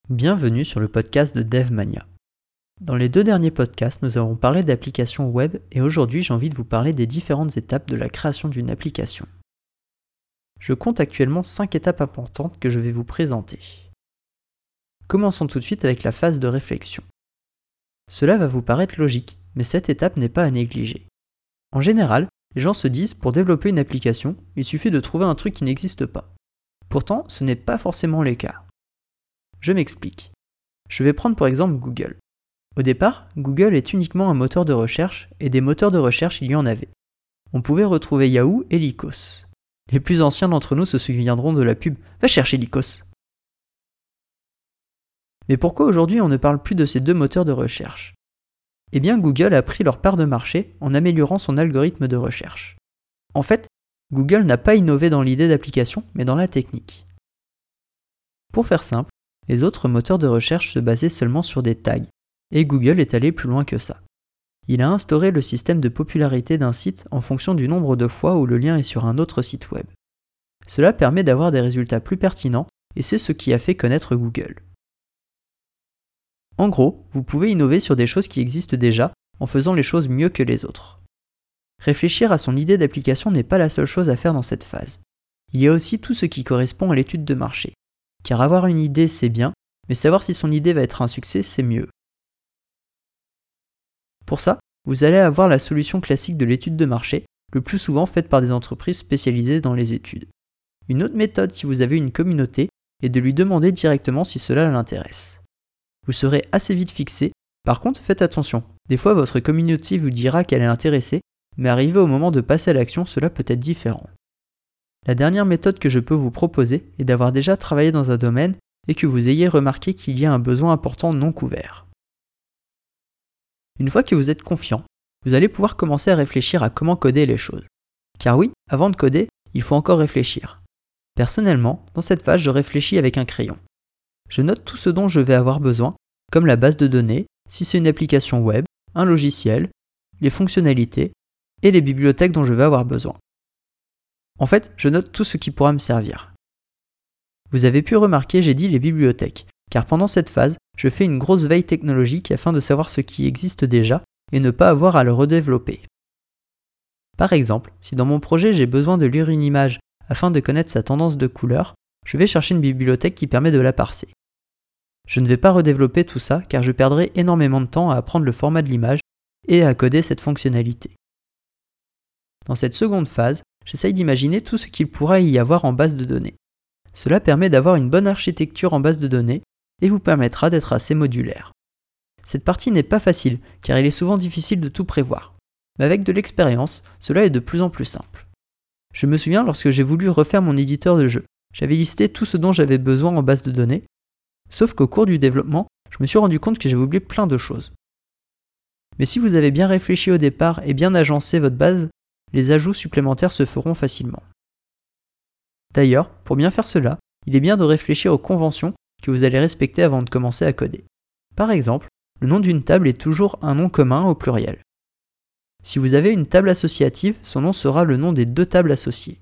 Bienvenue sur le podcast de DevMania. Dans les 2 derniers podcasts, nous avons parlé d'applications web et aujourd'hui j'ai envie de vous parler des différentes étapes de la création d'une application. Je compte actuellement 5 étapes importantes que je vais vous présenter. Commençons tout de suite avec la phase de réflexion. Cela va vous paraître logique, mais cette étape n'est pas à négliger. En général, les gens se disent pour développer une application, il suffit de trouver un truc qui n'existe pas. Pourtant, ce n'est pas forcément le cas. Je m'explique. Je vais prendre pour exemple Google. Au départ, Google est uniquement un moteur de recherche et des moteurs de recherche il y en avait. On pouvait retrouver Yahoo et Lycos. Les plus anciens d'entre nous se souviendront de la pub « Va chercher Lycos ». Mais pourquoi aujourd'hui on ne parle plus de ces 2 moteurs de recherche ? Eh bien Google a pris leur part de marché en améliorant son algorithme de recherche. En fait, Google n'a pas innové dans l'idée d'application, mais dans la technique. Pour faire simple, les autres moteurs de recherche se basaient seulement sur des tags, et Google est allé plus loin que ça. Il a instauré le système de popularité d'un site en fonction du nombre de fois où le lien est sur un autre site web. Cela permet d'avoir des résultats plus pertinents, et c'est ce qui a fait connaître Google. En gros, vous pouvez innover sur des choses qui existent déjà, en faisant les choses mieux que les autres. Réfléchir à son idée d'application n'est pas la seule chose à faire dans cette phase. Il y a aussi tout ce qui correspond à l'étude de marché. Car avoir une idée, c'est bien, mais savoir si son idée va être un succès, c'est mieux. Pour ça, vous allez avoir la solution classique de l'étude de marché, le plus souvent faite par des entreprises spécialisées dans les études. Une autre méthode si vous avez une communauté est de lui demander directement si cela l'intéresse. Vous serez assez vite fixé, par contre faites attention, des fois votre communauté vous dira qu'elle est intéressée, mais arrivé au moment de passer à l'action, cela peut être différent. La dernière méthode que je peux vous proposer est d'avoir déjà travaillé dans un domaine et que vous ayez remarqué qu'il y a un besoin important non couvert. Une fois que vous êtes confiant, vous allez pouvoir commencer à réfléchir à comment coder les choses. Car oui, avant de coder, il faut encore réfléchir. Personnellement, dans cette phase, je réfléchis avec un crayon. Je note tout ce dont je vais avoir besoin, comme la base de données, si c'est une application web, un logiciel, les fonctionnalités et les bibliothèques dont je vais avoir besoin. En fait, je note tout ce qui pourra me servir. Vous avez pu remarquer, j'ai dit les bibliothèques, car pendant cette phase, je fais une grosse veille technologique afin de savoir ce qui existe déjà et ne pas avoir à le redévelopper. Par exemple, si dans mon projet j'ai besoin de lire une image afin de connaître sa tendance de couleur, je vais chercher une bibliothèque qui permet de la parser. Je ne vais pas redévelopper tout ça car je perdrai énormément de temps à apprendre le format de l'image et à coder cette fonctionnalité. Dans cette seconde phase, j'essaye d'imaginer tout ce qu'il pourra y avoir en base de données. Cela permet d'avoir une bonne architecture en base de données et vous permettra d'être assez modulaire. Cette partie n'est pas facile car il est souvent difficile de tout prévoir. Mais avec de l'expérience, cela est de plus en plus simple. Je me souviens lorsque j'ai voulu refaire mon éditeur de jeu, j'avais listé tout ce dont j'avais besoin en base de données, sauf qu'au cours du développement, je me suis rendu compte que j'avais oublié plein de choses. Mais si vous avez bien réfléchi au départ et bien agencé votre base, les ajouts supplémentaires se feront facilement. D'ailleurs, pour bien faire cela, il est bien de réfléchir aux conventions que vous allez respecter avant de commencer à coder. Par exemple, le nom d'une table est toujours un nom commun au pluriel. Si vous avez une table associative, son nom sera le nom des 2 tables associées.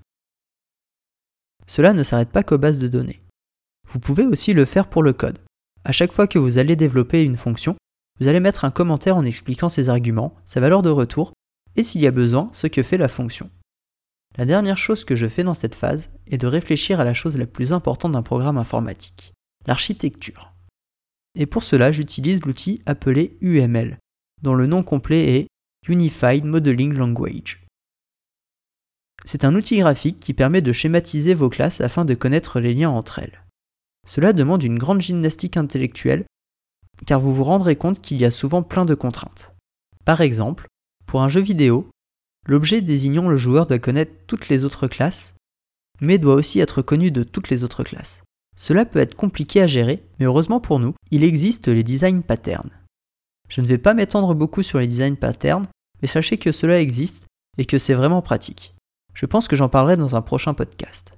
Cela ne s'arrête pas qu'aux bases de données. Vous pouvez aussi le faire pour le code. À chaque fois que vous allez développer une fonction, vous allez mettre un commentaire en expliquant ses arguments, sa valeur de retour, et s'il y a besoin, ce que fait la fonction. La dernière chose que je fais dans cette phase est de réfléchir à la chose la plus importante d'un programme informatique, l'architecture. Et pour cela, j'utilise l'outil appelé UML, dont le nom complet est Unified Modeling Language. C'est un outil graphique qui permet de schématiser vos classes afin de connaître les liens entre elles. Cela demande une grande gymnastique intellectuelle, car vous vous rendrez compte qu'il y a souvent plein de contraintes. Par exemple, pour un jeu vidéo, l'objet désignant le joueur doit connaître toutes les autres classes, mais doit aussi être connu de toutes les autres classes. Cela peut être compliqué à gérer, mais heureusement pour nous, il existe les design patterns. Je ne vais pas m'étendre beaucoup sur les design patterns, mais sachez que cela existe et que c'est vraiment pratique. Je pense que j'en parlerai dans un prochain podcast.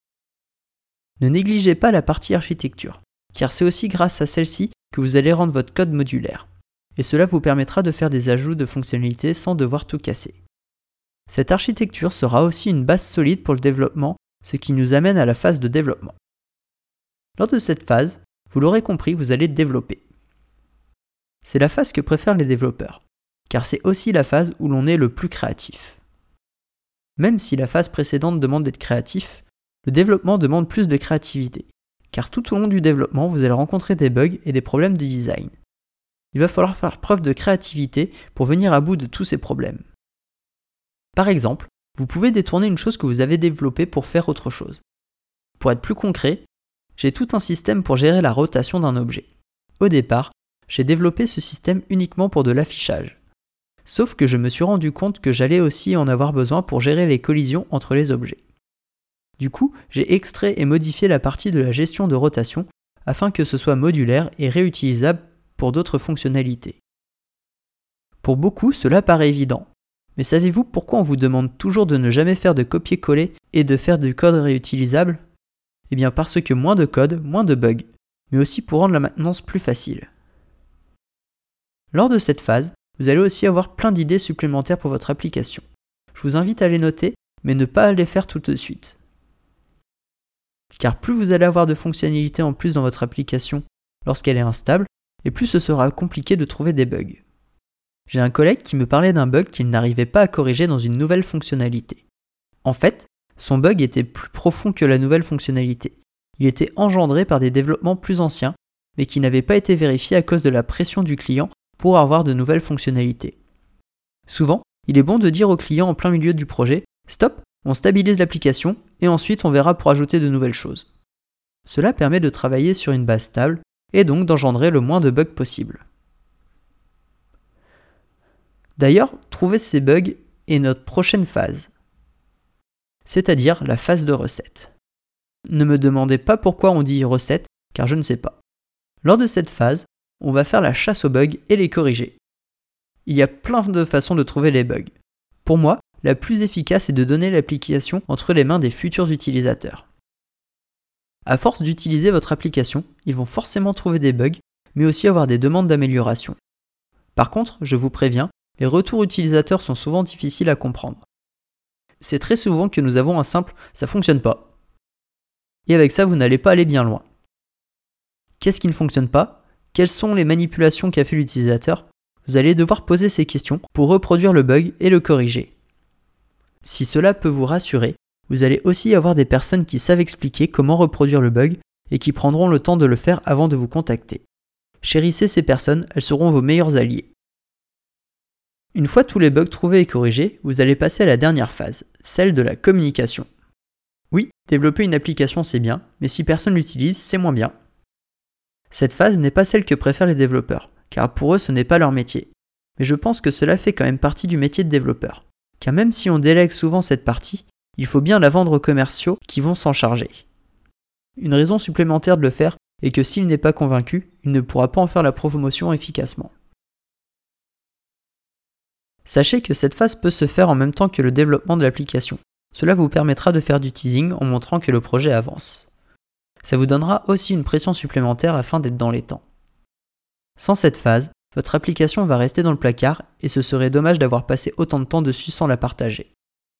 Ne négligez pas la partie architecture, car c'est aussi grâce à celle-ci que vous allez rendre votre code modulaire. Et cela vous permettra de faire des ajouts de fonctionnalités sans devoir tout casser. Cette architecture sera aussi une base solide pour le développement, ce qui nous amène à la phase de développement. Lors de cette phase, vous l'aurez compris, vous allez développer. C'est la phase que préfèrent les développeurs, car c'est aussi la phase où l'on est le plus créatif. Même si la phase précédente demande d'être créatif, le développement demande plus de créativité, car tout au long du développement, vous allez rencontrer des bugs et des problèmes de design. Il va falloir faire preuve de créativité pour venir à bout de tous ces problèmes. Par exemple, vous pouvez détourner une chose que vous avez développée pour faire autre chose. Pour être plus concret, j'ai tout un système pour gérer la rotation d'un objet. Au départ, j'ai développé ce système uniquement pour de l'affichage. Sauf que je me suis rendu compte que j'allais aussi en avoir besoin pour gérer les collisions entre les objets. Du coup, j'ai extrait et modifié la partie de la gestion de rotation afin que ce soit modulaire et réutilisable pour d'autres fonctionnalités. Pour beaucoup, cela paraît évident. Mais savez-vous pourquoi on vous demande toujours de ne jamais faire de copier-coller et de faire du code réutilisable ? Eh bien parce que moins de code, moins de bugs, mais aussi pour rendre la maintenance plus facile. Lors de cette phase, vous allez aussi avoir plein d'idées supplémentaires pour votre application. Je vous invite à les noter, mais ne pas les faire tout de suite. Car plus vous allez avoir de fonctionnalités en plus dans votre application lorsqu'elle est instable, et plus ce sera compliqué de trouver des bugs. J'ai un collègue qui me parlait d'un bug qu'il n'arrivait pas à corriger dans une nouvelle fonctionnalité. En fait, son bug était plus profond que la nouvelle fonctionnalité. Il était engendré par des développements plus anciens, mais qui n'avaient pas été vérifiés à cause de la pression du client pour avoir de nouvelles fonctionnalités. Souvent, il est bon de dire au client en plein milieu du projet « Stop, on stabilise l'application et ensuite on verra pour ajouter de nouvelles choses ». Cela permet de travailler sur une base stable et donc d'engendrer le moins de bugs possible. D'ailleurs, trouver ces bugs est notre prochaine phase, c'est-à-dire la phase de recette. Ne me demandez pas pourquoi on dit recette, car je ne sais pas. Lors de cette phase, on va faire la chasse aux bugs et les corriger. Il y a plein de façons de trouver les bugs. Pour moi, la plus efficace est de donner l'application entre les mains des futurs utilisateurs. À force d'utiliser votre application, ils vont forcément trouver des bugs, mais aussi avoir des demandes d'amélioration. Par contre, je vous préviens, les retours utilisateurs sont souvent difficiles à comprendre. C'est très souvent que nous avons un simple « ça fonctionne pas ». Et avec ça, vous n'allez pas aller bien loin. Qu'est-ce qui ne fonctionne pas ? Quelles sont les manipulations qu'a fait l'utilisateur ? Vous allez devoir poser ces questions pour reproduire le bug et le corriger. Si cela peut vous rassurer, vous allez aussi avoir des personnes qui savent expliquer comment reproduire le bug et qui prendront le temps de le faire avant de vous contacter. Chérissez ces personnes, elles seront vos meilleurs alliés. Une fois tous les bugs trouvés et corrigés, vous allez passer à la dernière phase, celle de la communication. Oui, développer une application c'est bien, mais si personne l'utilise, c'est moins bien. Cette phase n'est pas celle que préfèrent les développeurs, car pour eux ce n'est pas leur métier. Mais je pense que cela fait quand même partie du métier de développeur, car même si on délègue souvent cette partie, il faut bien la vendre aux commerciaux qui vont s'en charger. Une raison supplémentaire de le faire est que s'il n'est pas convaincu, il ne pourra pas en faire la promotion efficacement. Sachez que cette phase peut se faire en même temps que le développement de l'application. Cela vous permettra de faire du teasing en montrant que le projet avance. Ça vous donnera aussi une pression supplémentaire afin d'être dans les temps. Sans cette phase, votre application va rester dans le placard et ce serait dommage d'avoir passé autant de temps dessus sans la partager.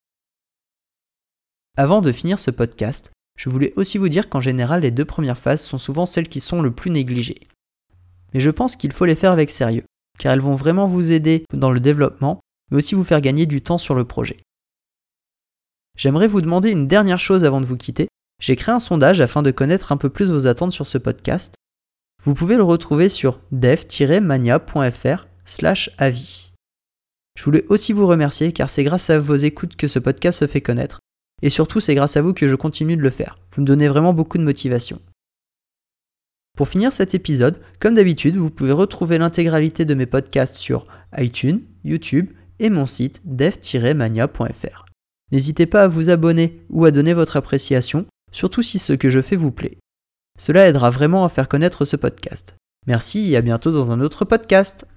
Avant de finir ce podcast, je voulais aussi vous dire qu'en général les 2 premières phases sont souvent celles qui sont le plus négligées. Mais je pense qu'il faut les faire avec sérieux, car elles vont vraiment vous aider dans le développement, mais aussi vous faire gagner du temps sur le projet. J'aimerais vous demander une dernière chose avant de vous quitter. J'ai créé un sondage afin de connaître un peu plus vos attentes sur ce podcast. Vous pouvez le retrouver sur dev-mania.fr/avis. Je voulais aussi vous remercier car c'est grâce à vos écoutes que ce podcast se fait connaître. Et surtout, c'est grâce à vous que je continue de le faire. Vous me donnez vraiment beaucoup de motivation. Pour finir cet épisode, comme d'habitude, vous pouvez retrouver l'intégralité de mes podcasts sur iTunes, YouTube et mon site dev-mania.fr. N'hésitez pas à vous abonner ou à donner votre appréciation, surtout si ce que je fais vous plaît. Cela aidera vraiment à faire connaître ce podcast. Merci et à bientôt dans un autre podcast.